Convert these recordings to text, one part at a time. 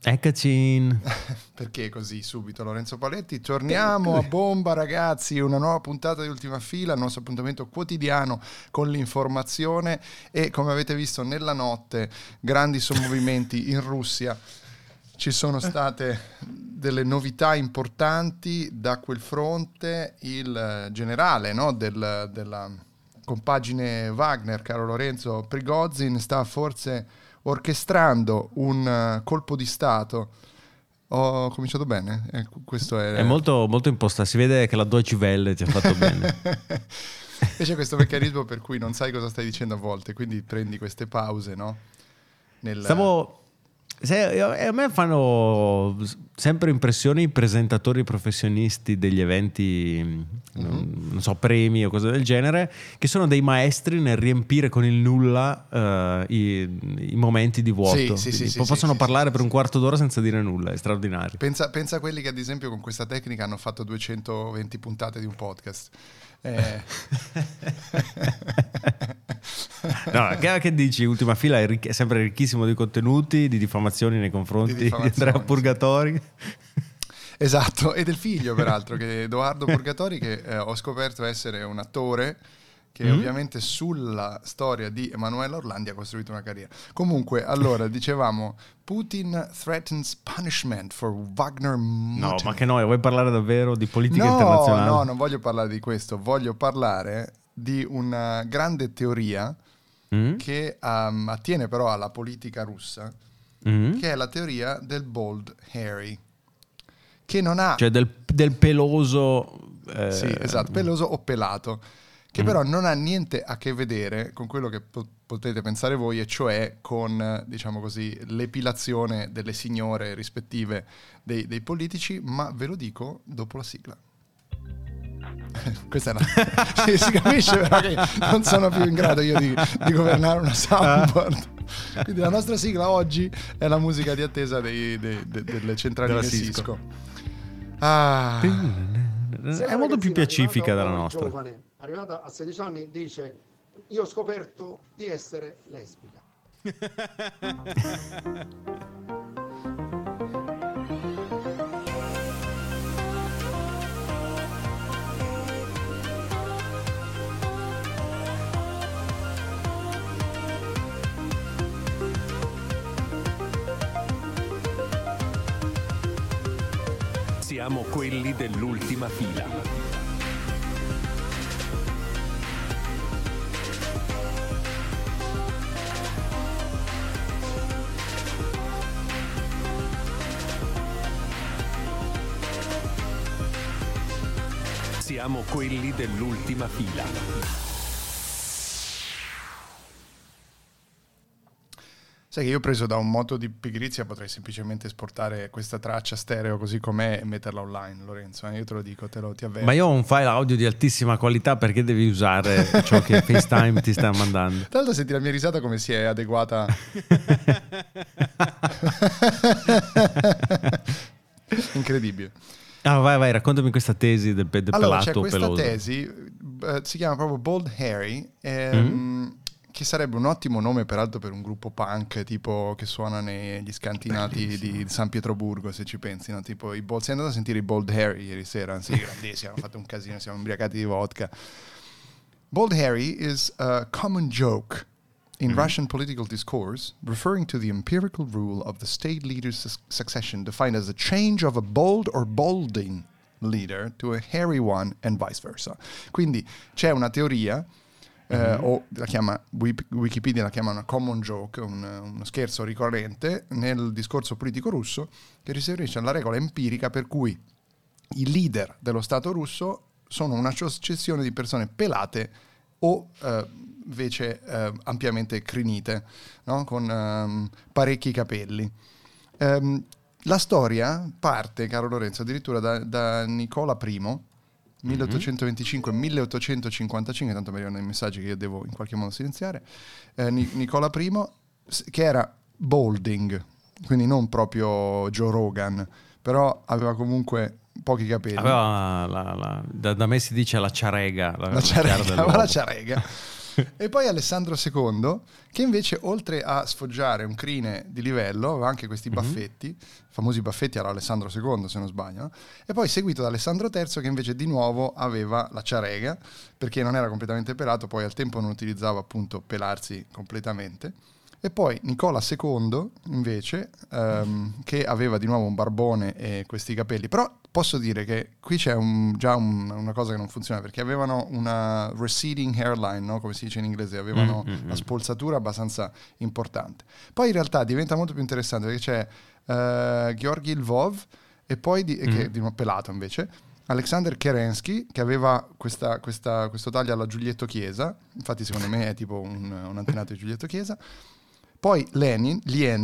Eccoci. Perché così subito, Lorenzo Paletti? Torniamo a bomba, ragazzi, una nuova puntata di Ultima Fila, il nostro appuntamento quotidiano con l'informazione e, come avete visto nella notte, grandi sommovimenti in Russia. Ci sono state delle novità importanti da quel fronte. Il generale, no, della compagine Wagner, caro Lorenzo, Prigozhin, sta forse orchestrando un colpo di stato. Ho cominciato bene? Questo è molto, molto impostato. Si vede che la Deutsche Welle ti ha fatto bene. E c'è questo meccanismo per cui non sai cosa stai dicendo a volte, quindi prendi queste pause, no? A me fanno sempre impressione i presentatori professionisti degli eventi, non so, premi o cose del genere, che sono dei maestri nel riempire con il nulla i momenti di vuoto. Possono parlare per un quarto d'ora senza dire nulla, è straordinario. Pensa a quelli che ad esempio con questa tecnica hanno fatto 220 puntate di un podcast. No, che dici? Ultima Fila è sempre ricchissimo di contenuti, di diffamazioni nei confronti di Andrea Purgatori. Esatto, e del figlio peraltro, che Edoardo Purgatori, che ho scoperto essere un attore che ovviamente sulla storia di Emanuela Orlandi ha costruito una carriera. Comunque, allora, dicevamo, Putin threatens punishment for Wagner mutiny. No, ma che vuoi parlare davvero di politica internazionale? No, non voglio parlare di questo, voglio parlare di una grande teoria che attiene però alla politica russa, che è la teoria del bald Harry, che non ha... Cioè del peloso... Sì, esatto, peloso o pelato, che però non ha niente a che vedere con quello che potete pensare voi, e cioè con, diciamo così, l'epilazione delle signore rispettive dei politici, ma ve lo dico dopo la sigla. Questa è si capisce però che non sono più in grado io di governare una soundboard. Quindi la nostra sigla oggi è la musica di attesa delle centraline Cisco. È molto più pacifica della nostra. Giovane, arrivato a 16 anni, dice: io ho scoperto di essere lesbica. Siamo quelli dell'ultima fila. Siamo quelli dell'ultima fila. Sai che io, preso da un moto di pigrizia, potrei semplicemente esportare questa traccia stereo così com'è e metterla online, Lorenzo. Io te lo dico, ti avverto. Ma io ho un file audio di altissima qualità, perché devi usare ciò che FaceTime ti sta mandando? Tra l'altro senti la mia risata come si è adeguata. Incredibile. Vai, raccontami questa tesi del pelato allora, c'è questa peloso. tesi, si chiama proprio Bald Harry, che sarebbe un ottimo nome peraltro per un gruppo punk tipo che suona negli scantinati di San Pietroburgo, se ci pensi, no? Tipo sei andato a sentire i Bald Harry ieri sera? Sì, grandissimi, hanno fatto un casino, siamo imbriacati di vodka. Bald Harry is a common joke in Russian political discourse, referring to the empirical rule of the state leader's succession, defined as a change of a bald or balding leader to a hairy one and vice versa. Quindi c'è una teoria, o la chiama Wikipedia la chiama una common joke, uno scherzo ricorrente nel discorso politico russo, che riferisce alla regola empirica per cui i leader dello Stato russo sono una successione di persone pelate o invece ampiamente crinite, no? Con parecchi capelli. La storia parte, caro Lorenzo, addirittura da Nicola I, 1825-1855, tanto mi arrivano i messaggi che io devo in qualche modo silenziare. Nicola I, che era balding, quindi non proprio Joe Rogan, però aveva comunque pochi capelli. Aveva da me si dice la ciarega. La ciarega. E poi Alessandro II, che invece oltre a sfoggiare un crine di livello aveva anche questi baffetti, famosi baffetti era Alessandro II se non sbaglio, no? E poi seguito da Alessandro III che invece di nuovo aveva la ciarega, perché non era completamente pelato, poi al tempo non utilizzava appunto pelarsi completamente. E poi Nicola II invece, che aveva di nuovo un barbone e questi capelli, però posso dire che qui c'è già una cosa che non funziona, perché avevano una receding hairline, no? Come si dice in inglese, avevano la spolzatura abbastanza importante. Poi in realtà diventa molto più interessante perché c'è Georgi Lvov e poi che di nuovo pelato invece, Alexander Kerensky che aveva questo taglio alla Giulietto Chiesa, infatti secondo me è tipo un antenato di Giulietto Chiesa. Poi Lenin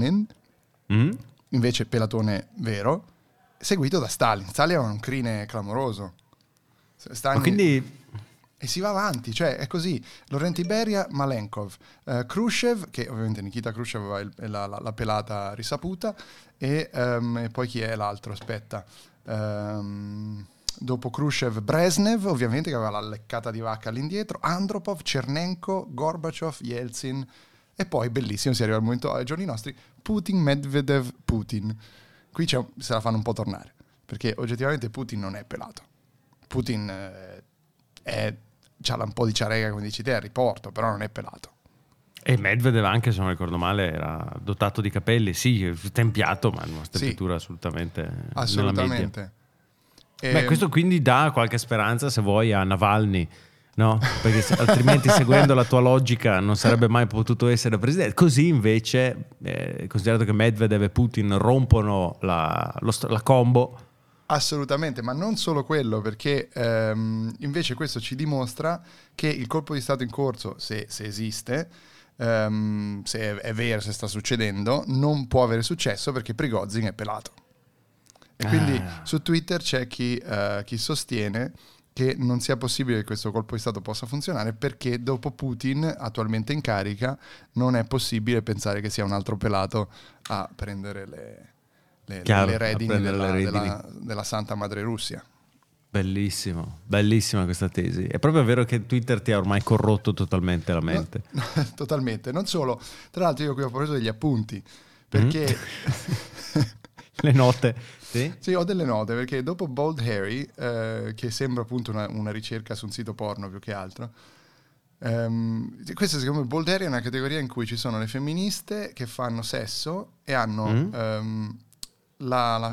invece pelatone vero, seguito da Stalin. Stalin aveva un crine clamoroso. Ma quindi... E si va avanti, cioè è così. Laurenti Beria, Malenkov, Khrushchev, che ovviamente Nikita Khrushchev aveva la pelata risaputa, e poi chi è l'altro? Aspetta. Dopo Khrushchev, Brezhnev, ovviamente, che aveva la leccata di vacca all'indietro, Andropov, Chernenko, Gorbaciov, Yeltsin, e poi, bellissimo, si arriva al momento, ai giorni nostri, Putin, Medvedev, Putin. Qui se la fanno un po' tornare, perché oggettivamente Putin non è pelato. Putin c'ha un po' di ciarega, come dici te, a riporto, però non è pelato. E Medvedev anche, se non ricordo male, era dotato di capelli, sì, tempiato, ma una stempiatura assolutamente assolutamente. Beh, questo quindi dà qualche speranza, se vuoi, a Navalny, no? Perché altrimenti, seguendo la tua logica, non sarebbe mai potuto essere presidente. Così invece, considerato che Medvedev e Putin rompono la combo. Assolutamente, ma non solo quello, perché invece questo ci dimostra che il colpo di stato in corso, se esiste, se è vero, se sta succedendo, non può avere successo perché Prigozhin è pelato. E quindi su Twitter c'è chi sostiene che non sia possibile che questo colpo di stato possa funzionare perché dopo Putin, attualmente in carica, non è possibile pensare che sia un altro pelato a prendere le redini della Santa Madre Russia. Bellissimo, bellissima questa tesi. È proprio vero che Twitter ti ha ormai corrotto totalmente la mente. No, totalmente, non solo. Tra l'altro io qui ho preso degli appunti, perché... Le note. Sì, ho delle note, perché dopo Bald Harry, che sembra appunto una ricerca su un sito porno più che altro, questa secondo me Bald Harry è una categoria in cui ci sono le femministe che fanno sesso e hanno la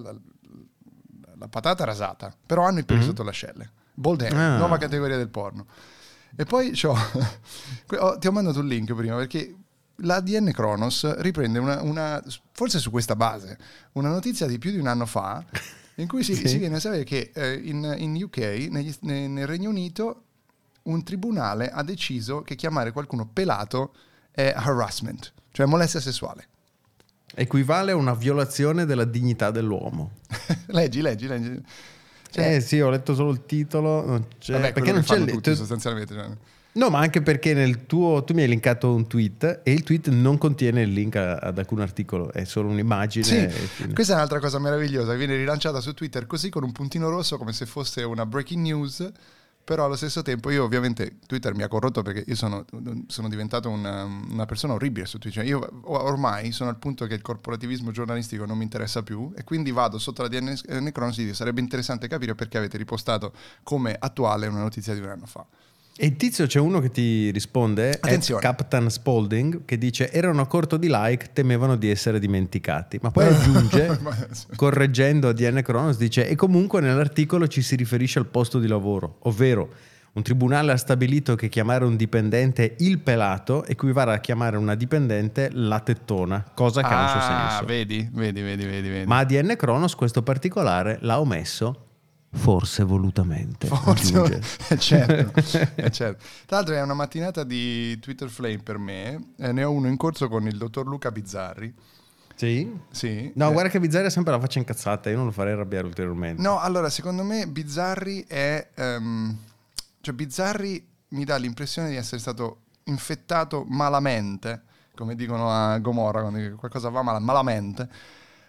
patata rasata, però hanno i peli sotto l'ascelle. Bald Harry, nuova categoria del porno. E poi ti ho mandato un link prima, perché l'ADN Kronos riprende forse su questa base, una notizia di più di un anno fa, in cui si viene a sapere che in UK, nel Regno Unito, un tribunale ha deciso che chiamare qualcuno pelato è harassment, cioè molestia sessuale. Equivale a una violazione della dignità dell'uomo. Leggi. Cioè, sì, ho letto solo il titolo. Perché non c'è tutti, sostanzialmente. Cioè. No, ma anche perché tu mi hai linkato un tweet e il tweet non contiene il link ad alcun articolo, è solo un'immagine. Sì, questa è un'altra cosa meravigliosa, viene rilanciata su Twitter così con un puntino rosso come se fosse una breaking news, però allo stesso tempo io ovviamente Twitter mi ha corrotto perché io sono diventato una persona orribile su Twitter. Io ormai sono al punto che il corporativismo giornalistico non mi interessa più e quindi vado sotto la DN Kronos e dico sarebbe interessante capire perché avete ripostato come attuale una notizia di un anno fa. E il tizio, c'è uno che ti risponde, Captain Spaulding, che dice erano a corto di like, temevano di essere dimenticati, ma poi aggiunge, correggendo ADN Kronos, dice e comunque nell'articolo ci si riferisce al posto di lavoro, ovvero un tribunale ha stabilito che chiamare un dipendente il pelato equivale a chiamare una dipendente la tettona, cosa che ha un suo senso. Vedi. Ma ADN Kronos questo particolare l'ha omesso. Forse volutamente. Certo. Tra l'altro è una mattinata di Twitter Flame per me, ne ho uno in corso con il dottor Luca Bizzarri. Sì? No, guarda che Bizzarri ha sempre la faccia incazzata, io non lo farei arrabbiare ulteriormente. No, allora secondo me Bizzarri è cioè Bizzarri mi dà l'impressione di essere stato infettato malamente, come dicono a Gomorra quando qualcosa va malamente,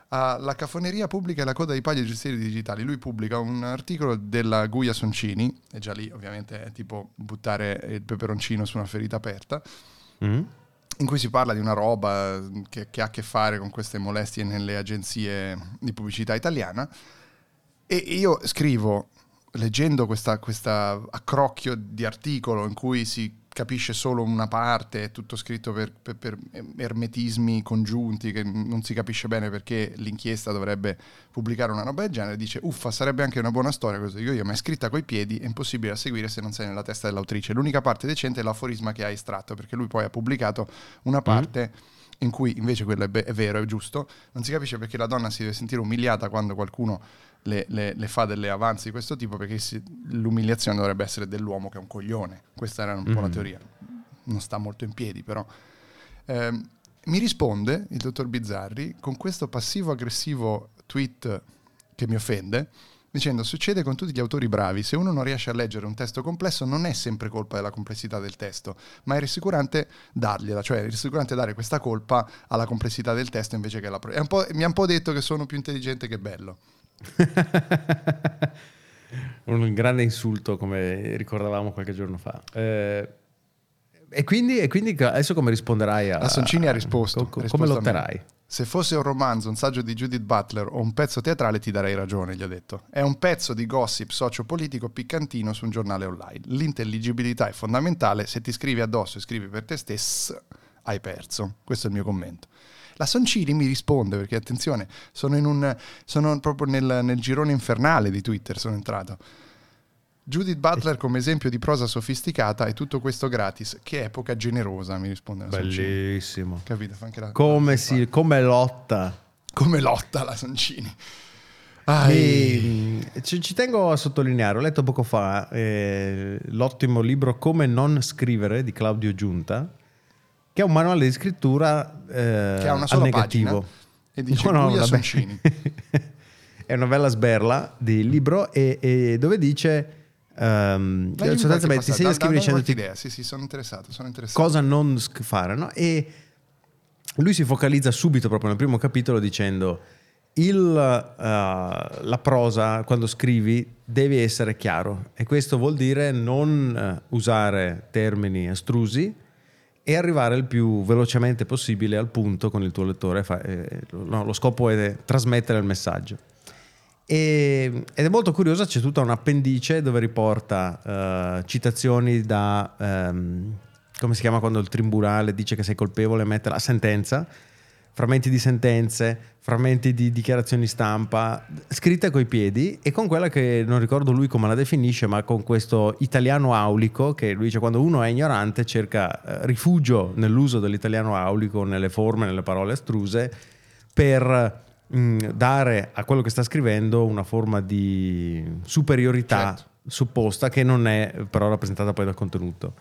La cafoneria pubblica e la coda di paglia dei gestieri digitali. Lui pubblica un articolo della Guia Soncini, e già lì ovviamente è tipo buttare il peperoncino su una ferita aperta, in cui si parla di una roba che ha a che fare con queste molestie nelle agenzie di pubblicità italiana, e io scrivo, leggendo questa accrocchio di articolo in cui si capisce solo una parte, è tutto scritto per ermetismi congiunti che non si capisce bene perché l'inchiesta dovrebbe pubblicare una roba del genere, dice uffa, sarebbe anche una buona storia, così dico io, ma è scritta coi piedi, è impossibile da seguire se non sei nella testa dell'autrice. L'unica parte decente è l'aforisma che ha estratto, perché lui poi ha pubblicato una parte in cui invece quello è vero, è giusto, non si capisce perché la donna si deve sentire umiliata quando qualcuno le fa delle avanzi di questo tipo, perché l'umiliazione dovrebbe essere dell'uomo che è un coglione. Questa era un po' la teoria, non sta molto in piedi però. Mi risponde il dottor Bizzarri con questo passivo-aggressivo tweet che mi offende, dicendo: succede con tutti gli autori bravi, se uno non riesce a leggere un testo complesso non è sempre colpa della complessità del testo, ma è rassicurante dargliela, cioè è rassicurante dare questa colpa alla complessità del testo invece che alla mi ha un po' detto che sono più intelligente che bello. Un grande insulto, come ricordavamo qualche giorno fa. E quindi adesso come risponderai a... La Soncini ha risposto. Come lotterai? Se fosse un romanzo, un saggio di Judith Butler o un pezzo teatrale ti darei ragione, gli ho detto. È un pezzo di gossip sociopolitico piccantino su un giornale online. L'intelligibilità è fondamentale, se ti scrivi addosso e scrivi per te stesso, hai perso. Questo è il mio commento. La Soncini mi risponde, perché attenzione, sono proprio nel girone infernale di Twitter, sono entrato. Judith Butler come esempio di prosa sofisticata e tutto questo gratis. Che epoca generosa, mi risponde la Soncini. Bellissimo. Capito? Fa anche come lotta. Come lotta la Soncini. Ci tengo a sottolineare, ho letto poco fa l'ottimo libro Come non scrivere di Claudio Giunta, che è un manuale di scrittura che ha una sola negativo. pagina e dice Guia Soncini. È una bella sberla di libro e dove dice sostanzialmente ti insegna a scrivere dicendoti idea. Sì, sono interessato. Cosa non fare, no? E lui si focalizza subito proprio nel primo capitolo dicendo la prosa quando scrivi deve essere chiaro, e questo vuol dire non usare termini astrusi e arrivare il più velocemente possibile al punto con il tuo lettore. Lo scopo è trasmettere il messaggio. Ed è molto curiosa, c'è tutta un'appendice dove riporta citazioni da come si chiama quando il tribunale dice che sei colpevole, mette la sentenza, frammenti di sentenze, frammenti di dichiarazioni stampa scritte coi piedi, e con quella che non ricordo lui come la definisce, ma con questo italiano aulico, che lui dice quando uno è ignorante cerca rifugio nell'uso dell'italiano aulico, nelle forme, nelle parole astruse, per dare a quello che sta scrivendo una forma di superiorità supposta che non è però rappresentata poi dal contenuto.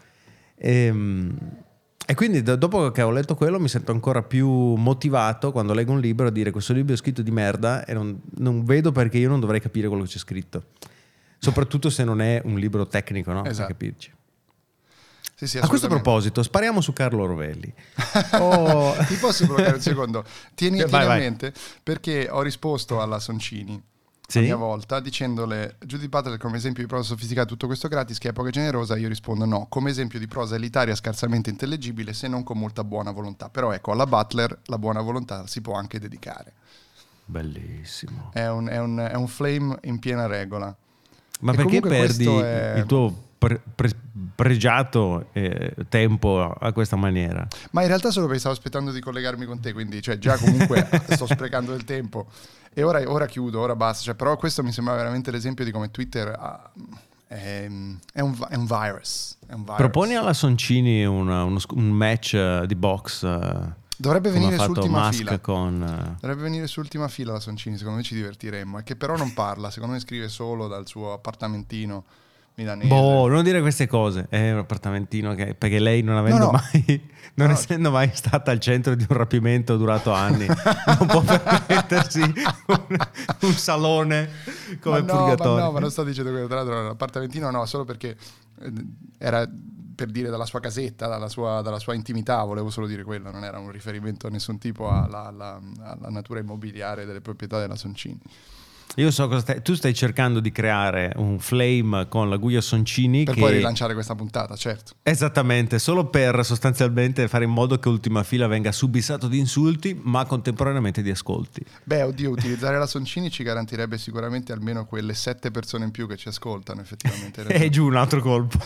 E quindi dopo che ho letto quello mi sento ancora più motivato quando leggo un libro a dire questo libro è scritto di merda e non vedo perché io non dovrei capire quello che c'è scritto, soprattutto se non è un libro tecnico, no? Esatto. Per capirci. Sì, a questo proposito spariamo su Carlo Rovelli. Ti posso bloccare un secondo? Tieni a mente, perché ho risposto alla Soncini a mia volta dicendole Judith Butler come esempio di prosa sofisticata, tutto questo gratis, che epoca generosa. Io rispondo no, come esempio di prosa elitaria scarsamente intellegibile, se non con molta buona volontà. Però ecco, alla Butler la buona volontà si può anche dedicare. Bellissimo. È un flame in piena regola. Ma e perché perdi il tuo pregiato tempo a questa maniera? Ma in realtà solo perché stavo aspettando di collegarmi con te, quindi cioè, già comunque sto sprecando del tempo e ora chiudo, ora basta, cioè, però questo mi sembra veramente l'esempio di come Twitter è un virus. Proponi alla Soncini un match di box. Dovrebbe venire su ultima fila. Dovrebbe venire su ultima fila la Soncini, secondo me ci divertiremmo. E che però non parla, secondo me scrive solo dal suo appartamentino milanese. Non dire queste cose. È un appartamentino perché lei non essendo mai stata al centro di un rapimento durato anni, non può permettersi un salone come purgatorio. Ma non sto dicendo quello, tra l'altro l'appartamentino no, solo perché era per dire dalla sua casetta, dalla sua intimità, volevo solo dire quello, non era un riferimento a nessun tipo alla natura immobiliare delle proprietà della Soncini. Io so cosa tu stai cercando di creare un flame con la Guia Soncini per poi rilanciare questa puntata, certo. Esattamente, solo per sostanzialmente fare in modo che Ultima Fila venga subissato di insulti, ma contemporaneamente di ascolti. Beh, oddio, utilizzare la Soncini ci garantirebbe sicuramente almeno quelle 7 persone in più che ci ascoltano, effettivamente. E giù un altro colpo.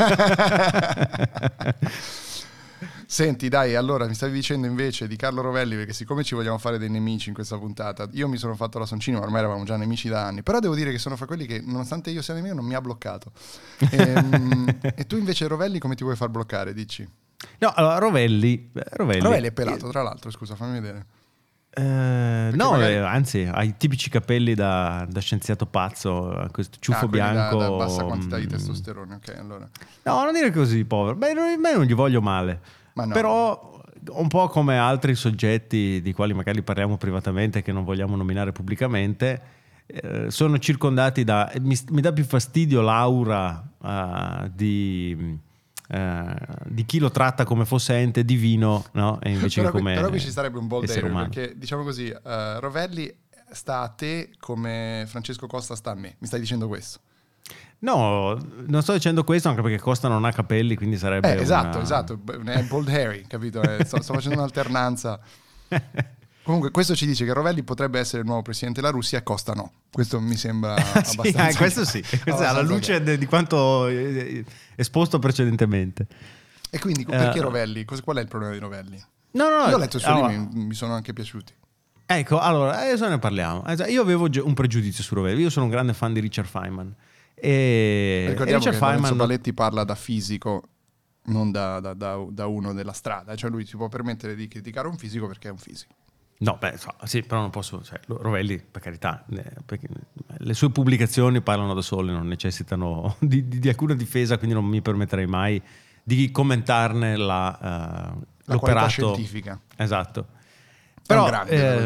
Senti, dai, allora mi stavi dicendo invece di Carlo Rovelli, perché siccome ci vogliamo fare dei nemici in questa puntata, io mi sono fatto la Soncini, ma ormai eravamo già nemici da anni, però devo dire che sono fra quelli che, nonostante io sia nemico, non mi ha bloccato. E tu invece Rovelli come ti vuoi far bloccare, dici? No, allora Rovelli è pelato, tra l'altro, scusa, fammi vedere. No, magari... anzi, ha i tipici capelli da scienziato pazzo, questo ciuffo bianco. Da bassa quantità di testosterone, ok, allora. No, non dire così, povero. Beh, non gli voglio male. Ma no. Però, un po' come altri soggetti di quali magari parliamo privatamente, che non vogliamo nominare pubblicamente, sono circondati da... Mi dà più fastidio l'aura di chi lo tratta come fosse ente divino, no? E invece però qui ci sarebbe un bold error, umano. perché diciamo così, Rovelli sta a te come Francesco Costa sta a me. Mi stai dicendo questo? No, non sto dicendo questo anche perché Costa non ha capelli, quindi sarebbe esatto, è Bold Harry, capito? Sto facendo un'alternanza. Comunque questo ci dice che Rovelli potrebbe essere il nuovo presidente della Russia e Costa no. Questo mi sembra abbastanza... Sì, questo sì, questo è alla luce di quanto esposto precedentemente. E quindi perché Rovelli? Qual è il problema di Rovelli? No. Io ho letto i suoi libri, mi sono anche piaciuti. Ecco, allora, adesso ne parliamo. Io avevo un pregiudizio su Rovelli, io sono un grande fan di Richard Feynman. Ricordiamo Richard che Lorenzo Feynman Baletti parla da fisico, non da uno della strada, cioè lui si può permettere di criticare un fisico perché è un fisico. No, sì, però non posso, Rovelli, per carità, perché le sue pubblicazioni parlano da sole, non necessitano di alcuna difesa, quindi non mi permetterei mai di commentarne la l'operato qualità scientifica. Esatto. Però Però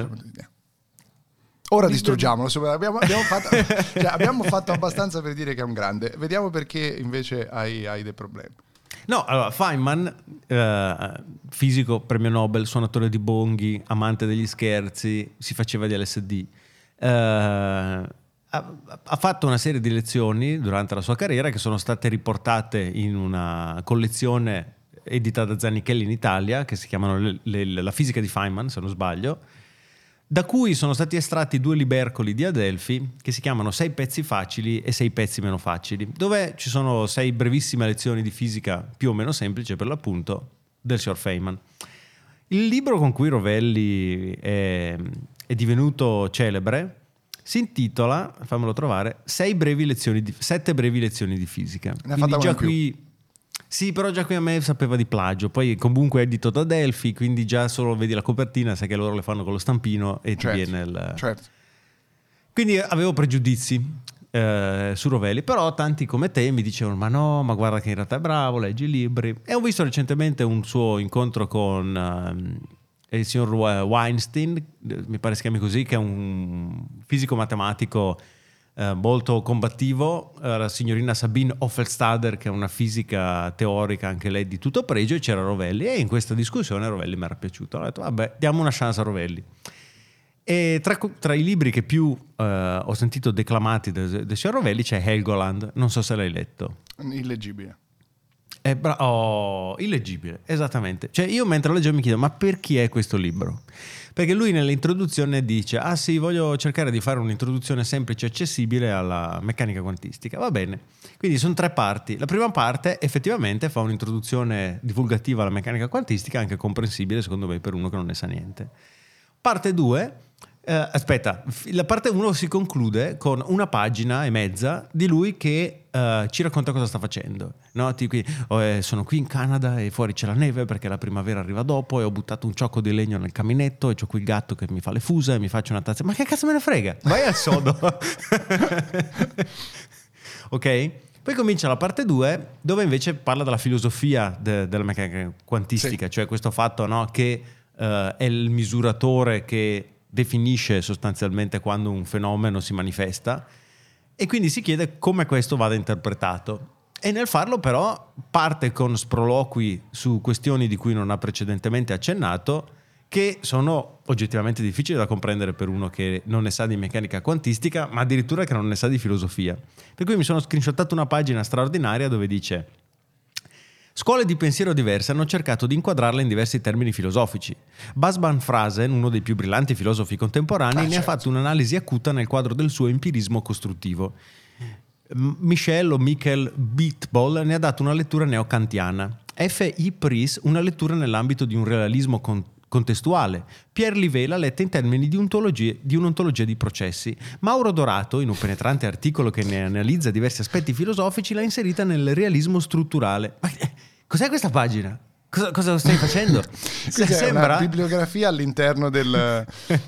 ora distruggiamolo, abbiamo fatto abbastanza per dire che è un grande, vediamo perché invece hai dei problemi. No, allora Feynman, fisico, premio Nobel, suonatore di bonghi, amante degli scherzi, si faceva di LSD, ha fatto una serie di lezioni durante la sua carriera che sono state riportate in una collezione editata da Zanichelli in Italia, che si chiamano La fisica di Feynman, se non sbaglio, da cui sono stati estratti 2 libercoli di Adelphi che si chiamano 6 pezzi facili e 6 pezzi meno facili, dove ci sono 6 brevissime lezioni di fisica più o meno semplice, per l'appunto, del signor Feynman. Il libro con cui Rovelli è divenuto celebre si intitola, fammelo trovare, 7 brevi lezioni di fisica. Ne ha fatta una in qui sì, però già qui a me sapeva di plagio, poi comunque è edito da Adelphi, quindi già solo vedi la copertina, sai che loro le fanno con lo stampino e ti viene il... Certo. Quindi avevo pregiudizi su Rovelli, però tanti come te mi dicevano ma guarda che in realtà è bravo, leggi i libri. E ho visto recentemente un suo incontro con il signor Weinstein, mi pare si chiami così, che è un fisico matematico molto combattivo, la signorina Sabine Hoffelstader, che è una fisica teorica anche lei di tutto pregio, e c'era Rovelli, e in questa discussione Rovelli mi era piaciuto. Ho detto vabbè, diamo una chance a Rovelli. E tra i libri che più ho sentito declamati del signor Rovelli c'è Helgoland, non so se l'hai letto. Illeggibile. Illeggibile, esattamente. Cioè io mentre lo leggevo mi chiedo ma per chi è questo libro? Perché lui nell'introduzione dice sì, voglio cercare di fare un'introduzione semplice e accessibile alla meccanica quantistica. Va bene, quindi sono 3 parti. La prima parte effettivamente fa un'introduzione divulgativa alla meccanica quantistica, anche comprensibile secondo me per uno che non ne sa niente. Parte 2, la parte 1 si conclude con 1 pagina e mezza di lui che ci racconta cosa sta facendo, no? Sono qui in Canada e fuori c'è la neve perché la primavera arriva dopo e ho buttato un ciocco di legno nel caminetto e c'ho qui il gatto che mi fa le fuse e mi faccio una tazza. Ma che cazzo me ne frega? Vai al sodo. Ok? Poi comincia la parte 2 dove invece parla della filosofia della meccanica quantistica, sì. Cioè questo fatto, no, che è il misuratore che definisce sostanzialmente quando un fenomeno si manifesta, e quindi si chiede come questo vada interpretato. E nel farlo però parte con sproloqui su questioni di cui non ha precedentemente accennato, che sono oggettivamente difficili da comprendere per uno che non ne sa di meccanica quantistica, ma addirittura che non ne sa di filosofia. Per cui mi sono screenshottato una pagina straordinaria dove dice: scuole di pensiero diverse hanno cercato di inquadrarla in diversi termini filosofici. Bas van Frasen, uno dei più brillanti filosofi contemporanei, ne ha fatto un'analisi acuta nel quadro del suo empirismo costruttivo. Michael Beatball ne ha dato una lettura neocantiana. F.I. Pries una lettura nell'ambito di un realismo contestuale. Pierre Livet l'ha letta in termini di un'ontologia di processi. Mauro Dorato, in un penetrante articolo che ne analizza diversi aspetti filosofici, l'ha inserita nel realismo strutturale. Ma cos'è questa pagina? Cosa stai facendo? Sembra una bibliografia all'interno del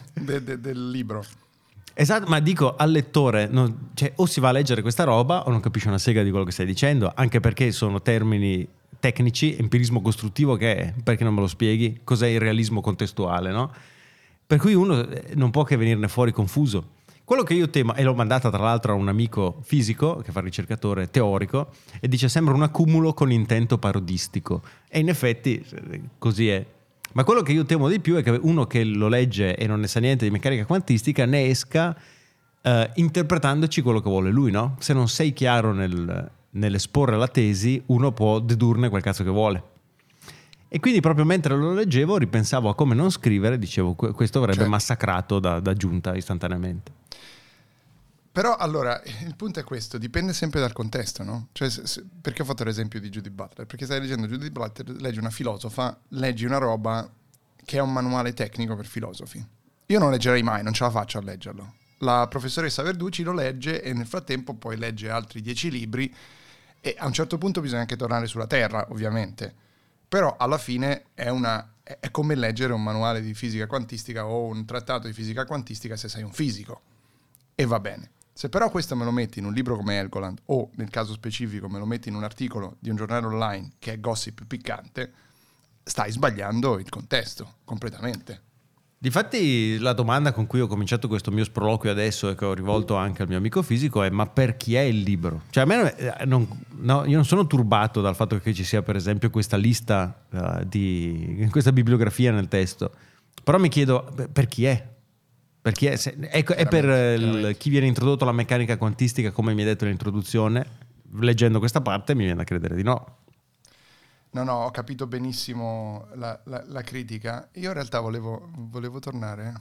libro. Esatto, ma dico al lettore, cioè, o si va a leggere questa roba o non capisce una sega di quello che stai dicendo, anche perché sono termini tecnici. Empirismo costruttivo che è? Perché non me lo spieghi? Cos'è il realismo contestuale, no? Per cui uno non può che venirne fuori confuso. Quello che io temo, e l'ho mandata tra l'altro a un amico fisico che fa il ricercatore teorico, e dice sembra un accumulo con intento parodistico, e in effetti così è. Ma quello che io temo di più è che uno che lo legge e non ne sa niente di meccanica quantistica ne esca interpretandoci quello che vuole lui, no? Se non sei chiaro nell'esporre la tesi, uno può dedurne quel cazzo che vuole. E quindi proprio mentre lo leggevo ripensavo a come non scrivere, dicevo questo avrebbe massacrato da giunta istantaneamente. Però allora il punto è questo, dipende sempre dal contesto, no? Cioè, perché ho fatto l'esempio di Judith Butler? Perché stai leggendo Judith Butler, leggi una filosofa, leggi una roba che è un manuale tecnico per filosofi. Io non leggerei mai, non ce la faccio a leggerlo. La professoressa Verducci lo legge e nel frattempo poi legge altri 10 libri e a un certo punto bisogna anche tornare sulla terra, ovviamente. Però alla fine è come leggere un manuale di fisica quantistica o un trattato di fisica quantistica se sei un fisico. E va bene. Se però questo me lo metti in un libro come Helgoland o nel caso specifico me lo metti in un articolo di un giornale online che è gossip piccante, stai sbagliando il contesto completamente. Difatti la domanda con cui ho cominciato questo mio sproloquio adesso e che ho rivolto anche al mio amico fisico è: ma per chi è il libro? Cioè a me io non sono turbato dal fatto che ci sia per esempio questa lista questa bibliografia nel testo, però mi chiedo per chi è? Perché è per chi viene introdotto alla meccanica quantistica, come mi hai detto nell'introduzione. Leggendo questa parte mi viene a credere di no. No, ho capito benissimo la critica. Io in realtà volevo tornare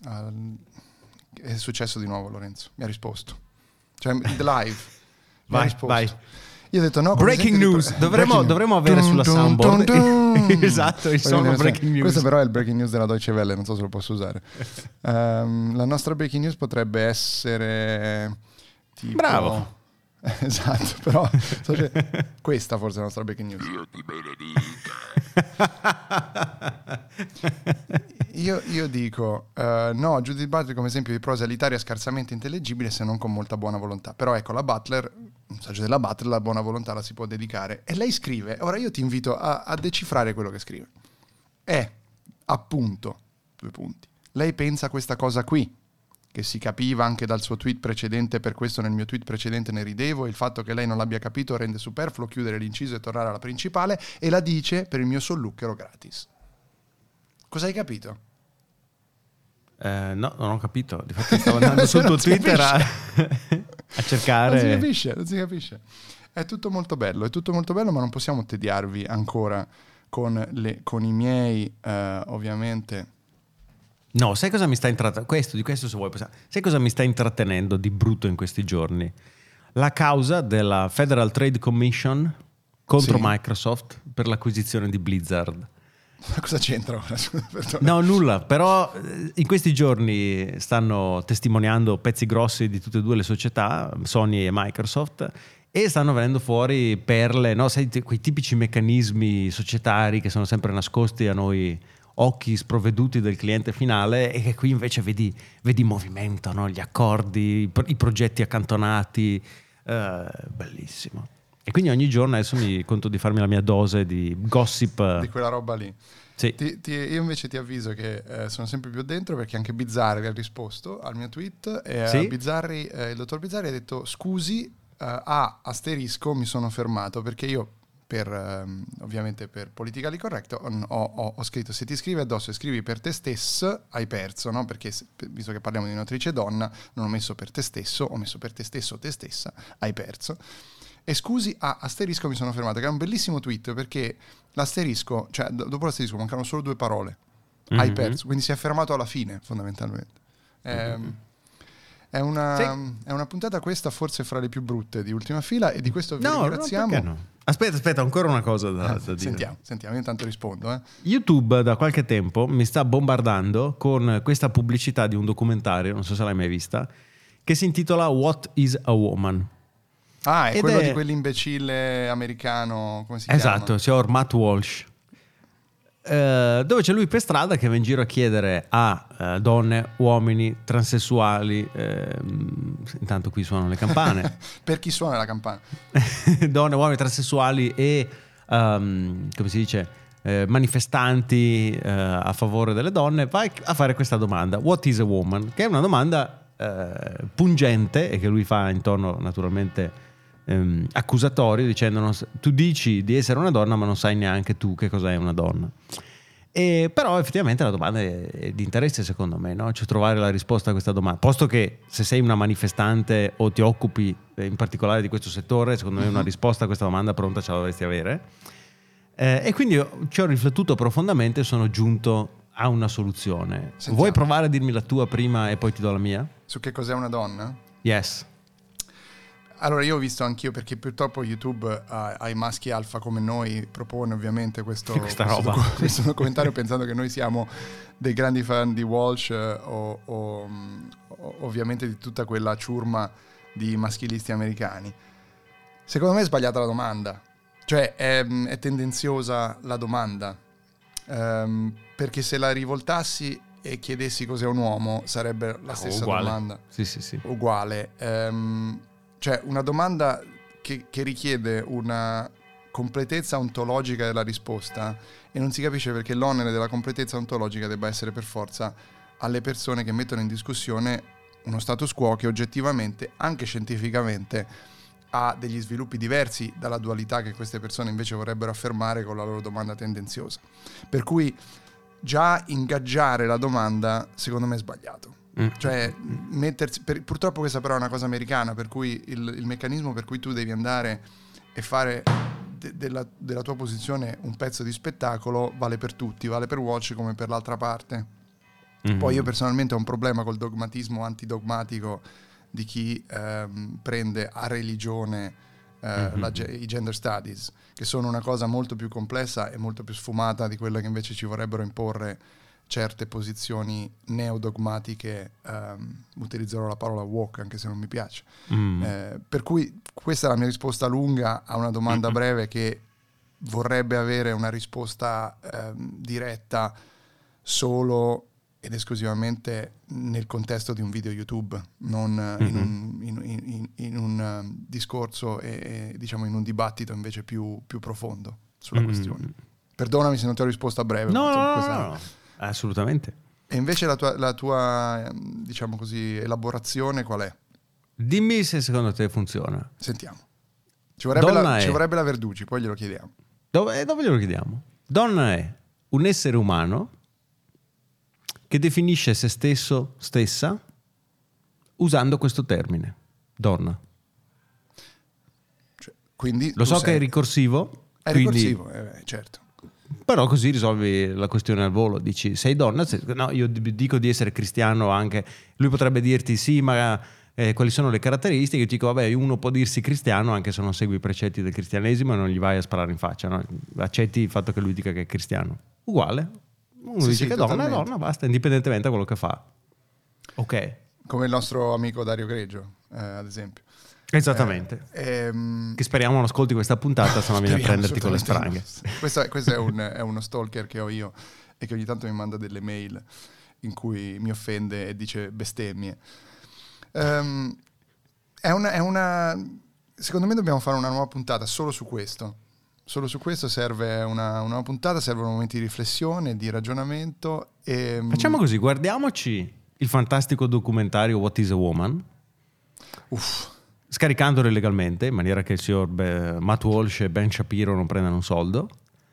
è successo di nuovo Lorenzo, mi ha risposto. Cioè, the live. Vai. Io ho detto no. Breaking news. Dovremmo avere sulla soundboard. Esatto, il suono breaking news. Questo però è il breaking news della Deutsche Welle, non so se lo posso usare. La nostra breaking news potrebbe essere tipo... Bravo. Esatto, però questa forse è la nostra breaking news. Io dico no, Judith Butler come esempio di prosa elitaria scarsamente intellegibile se non con molta buona volontà. Però ecco, la Butler, un saggio della Butler, la buona volontà la si può dedicare. E lei scrive, ora io ti invito a decifrare quello che scrive. Appunto, 2 punti. Lei pensa questa cosa qui, che si capiva anche dal suo tweet precedente, per questo nel mio tweet precedente ne ridevo, il fatto che lei non l'abbia capito rende superfluo chiudere l'inciso e tornare alla principale, e la dice per il mio solluchero gratis. Cosa hai capito? No, non ho capito. Difatti stavo andando sul tuo Twitter a cercare. Non si capisce. È tutto molto bello, ma non possiamo tediarvi ancora con i miei, ovviamente... No, sai cosa mi sta intrattenendo? Di questo se vuoi pensare. Sai cosa mi sta intrattenendo di brutto in questi giorni? La causa della Federal Trade Commission contro Microsoft per l'acquisizione di Blizzard. Ma cosa c'entra? No, nulla, però in questi giorni stanno testimoniando pezzi grossi di tutte e 2 le società, Sony e Microsoft, e stanno venendo fuori perle, no? Sai, quei tipici meccanismi societari che sono sempre nascosti a noi occhi sprovveduti del cliente finale, e che qui invece vedi movimento, no? Gli accordi, i progetti accantonati, bellissimo. E quindi ogni giorno adesso mi conto di farmi la mia dose di gossip. Di quella roba lì. Sì. Io invece ti avviso che sono sempre più dentro, perché anche Bizzarri ha risposto al mio tweet e il dottor Bizzarri ha detto scusi, a asterisco mi sono fermato perché io ovviamente per politically correct ho scritto: se ti scrivi addosso e scrivi per te stesso hai perso, no? Perché visto che parliamo di un'autrice donna non ho messo per te stesso, ho messo per te stesso o te stessa, hai perso. E scusi a asterisco mi sono fermato, che è un bellissimo tweet, perché l'asterisco, cioè dopo l'asterisco mancano solo 2 parole, hai perso, quindi si è fermato alla fine fondamentalmente. È una puntata questa forse fra le più brutte di Ultima Fila, e di questo vi ringraziamo. No, no. Aspetta, ancora una cosa da dire. Sentiamo, io intanto rispondo. YouTube da qualche tempo mi sta bombardando con questa pubblicità di un documentario, non so se l'hai mai vista, che si intitola What is a Woman? Ah, è quello di quell'imbecille americano, come si chiama? Esatto, signor Matt Walsh. Dove c'è lui per strada che va in giro a chiedere a donne, uomini, transessuali, intanto qui suonano le campane. Per chi suona la campana? Donne, uomini, transessuali e come si dice, manifestanti a favore delle donne, vai a fare questa domanda: What is a woman? Che è una domanda pungente e che lui fa in tono naturalmente accusatorio, dicendo tu dici di essere una donna ma non sai neanche tu che cos'è una donna. Però effettivamente la domanda è di interesse, secondo me, no? Cioè trovare la risposta a questa domanda, posto che se sei una manifestante o ti occupi in particolare di questo settore, secondo me una risposta a questa domanda pronta ce la dovresti avere. E quindi ci ho riflettuto profondamente e sono giunto a una soluzione. Sentiamo. Vuoi provare a dirmi la tua prima e poi ti do la mia? Su che cos'è una donna? Yes. Allora, io ho visto anch'io, perché purtroppo YouTube ai maschi alfa come noi propone ovviamente questo documentario pensando che noi siamo dei grandi fan di Walsh o ovviamente di tutta quella ciurma di maschilisti americani. Secondo me è sbagliata la domanda, cioè è tendenziosa la domanda, perché se la rivoltassi e chiedessi cos'è un uomo sarebbe la stessa domanda. Sì. Uguale. Cioè una domanda che richiede una completezza ontologica della risposta, e non si capisce perché l'onere della completezza ontologica debba essere per forza alle persone che mettono in discussione uno status quo che oggettivamente, anche scientificamente, ha degli sviluppi diversi dalla dualità che queste persone invece vorrebbero affermare con la loro domanda tendenziosa. Per cui già ingaggiare la domanda secondo me è sbagliato. Cioè mettersi, purtroppo questa però è una cosa americana, per cui il meccanismo per cui tu devi andare e fare della tua posizione un pezzo di spettacolo vale per tutti, vale per Walsh come per l'altra parte. Poi io personalmente ho un problema col dogmatismo antidogmatico di chi prende a religione i gender studies, che sono una cosa molto più complessa e molto più sfumata di quella che invece ci vorrebbero imporre certe posizioni neodogmatiche. Utilizzerò la parola woke anche se non mi piace. Per cui questa è la mia risposta lunga a una domanda breve che vorrebbe avere una risposta diretta solo ed esclusivamente nel contesto di un video YouTube, non in un discorso e diciamo in un dibattito invece più profondo sulla questione. Perdonami se non ti ho risposto a breve. No. Assolutamente. E invece la tua diciamo così elaborazione qual è? Dimmi se secondo te funziona. Sentiamo. Ci vorrebbe la Verducci, poi glielo chiediamo. Dove glielo chiediamo? Donna è un essere umano che definisce se stesso, stessa, usando questo termine, donna. Cioè, quindi lo so che è ricorsivo. È ricorsivo, certo. Però così risolvi la questione al volo. Dici, sei donna? No, io dico di essere cristiano anche. Lui potrebbe dirti, sì, ma quali sono le caratteristiche? Io ti dico, vabbè, uno può dirsi cristiano anche se non segue i precetti del cristianesimo e non gli vai a sparare in faccia, no? Accetti il fatto che lui dica che è cristiano. Uguale. Uno dice che è donna, basta, indipendentemente da quello che fa. Ok. Come il nostro amico Dario Greggio, ad esempio. Esattamente. Che speriamo non ascolti questa puntata, se no viene a prenderti con le spranghe. Questo è uno stalker che ho io e che ogni tanto mi manda delle mail in cui mi offende e dice bestemmie. Secondo me dobbiamo fare una nuova puntata solo su questo. Solo su questo serve una nuova puntata, servono momenti di riflessione, di ragionamento. Facciamo così, guardiamoci il fantastico documentario What is a Woman. scaricandolo illegalmente, in maniera che il signor Matt Walsh e Ben Shapiro non prendano un soldo.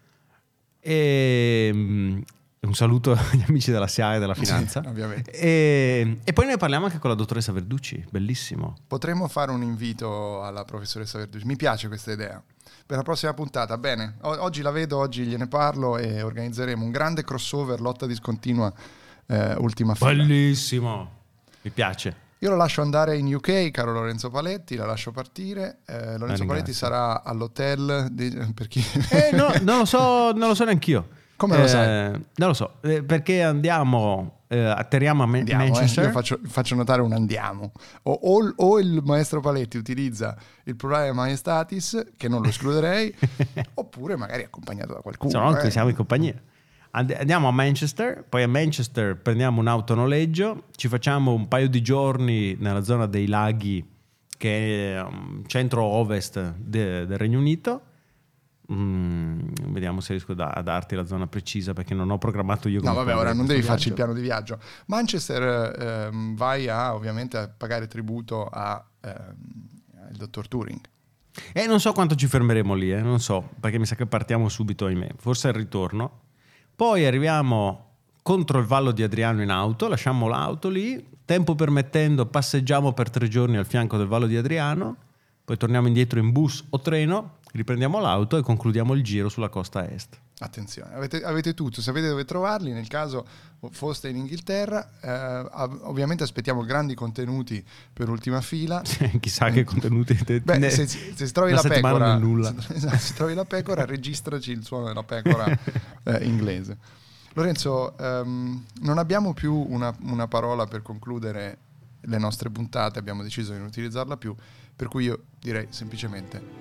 E un saluto agli amici della SIAE e della finanza. Sì, ovviamente. E poi ne parliamo anche con la dottoressa Verducci, bellissimo. Potremmo fare un invito alla professoressa Verducci, mi piace questa idea. Per la prossima puntata, bene, oggi la vedo, oggi gliene parlo e organizzeremo un grande crossover, lotta discontinua, ultima fila. Bellissimo, mi piace. Io lo lascio andare in UK, caro Lorenzo Paletti, la lascio partire. Lorenzo Paletti sarà all'hotel per chi... No, non lo so neanch'io. Come lo sai? Non lo so, perché atterriamo a Manchester. Io faccio notare un andiamo. O il maestro Paletti utilizza il plurale maestatis, che non lo escluderei, oppure magari accompagnato da qualcuno. Siamo in compagnia. Andiamo a Manchester, poi a Manchester prendiamo un autonoleggio, ci facciamo un paio di giorni nella zona dei laghi, che è centro-ovest del Regno Unito. Vediamo se riesco a darti la zona precisa, perché non ho programmato io. No, vabbè, ora non devi farci il piano di viaggio. Manchester, vai ovviamente a pagare tributo al dottor Turing. Non so quanto ci fermeremo lì, non so, perché mi sa che partiamo subito, ahimè, forse al ritorno. Poi arriviamo contro il Vallo di Adriano in auto, lasciamo l'auto lì, tempo permettendo passeggiamo per 3 giorni al fianco del Vallo di Adriano, poi torniamo indietro in bus o treno, riprendiamo l'auto e concludiamo il giro sulla costa est. Attenzione, avete tutto, sapete dove trovarli nel caso foste in Inghilterra. Ovviamente aspettiamo grandi contenuti per ultima fila. Chissà che contenuti. Se trovi la pecora, se trovi la pecora, registraci il suono della pecora inglese. Lorenzo, non abbiamo più una parola per concludere le nostre puntate, abbiamo deciso di non utilizzarla più, per cui io direi semplicemente: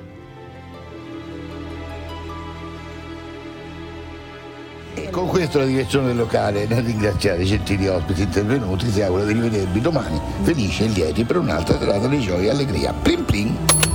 e con questo la direzione del locale, nel ringraziare i gentili ospiti intervenuti, si augura di rivedervi domani felici e lieti per un'altra serata di gioia e allegria. Plim plim!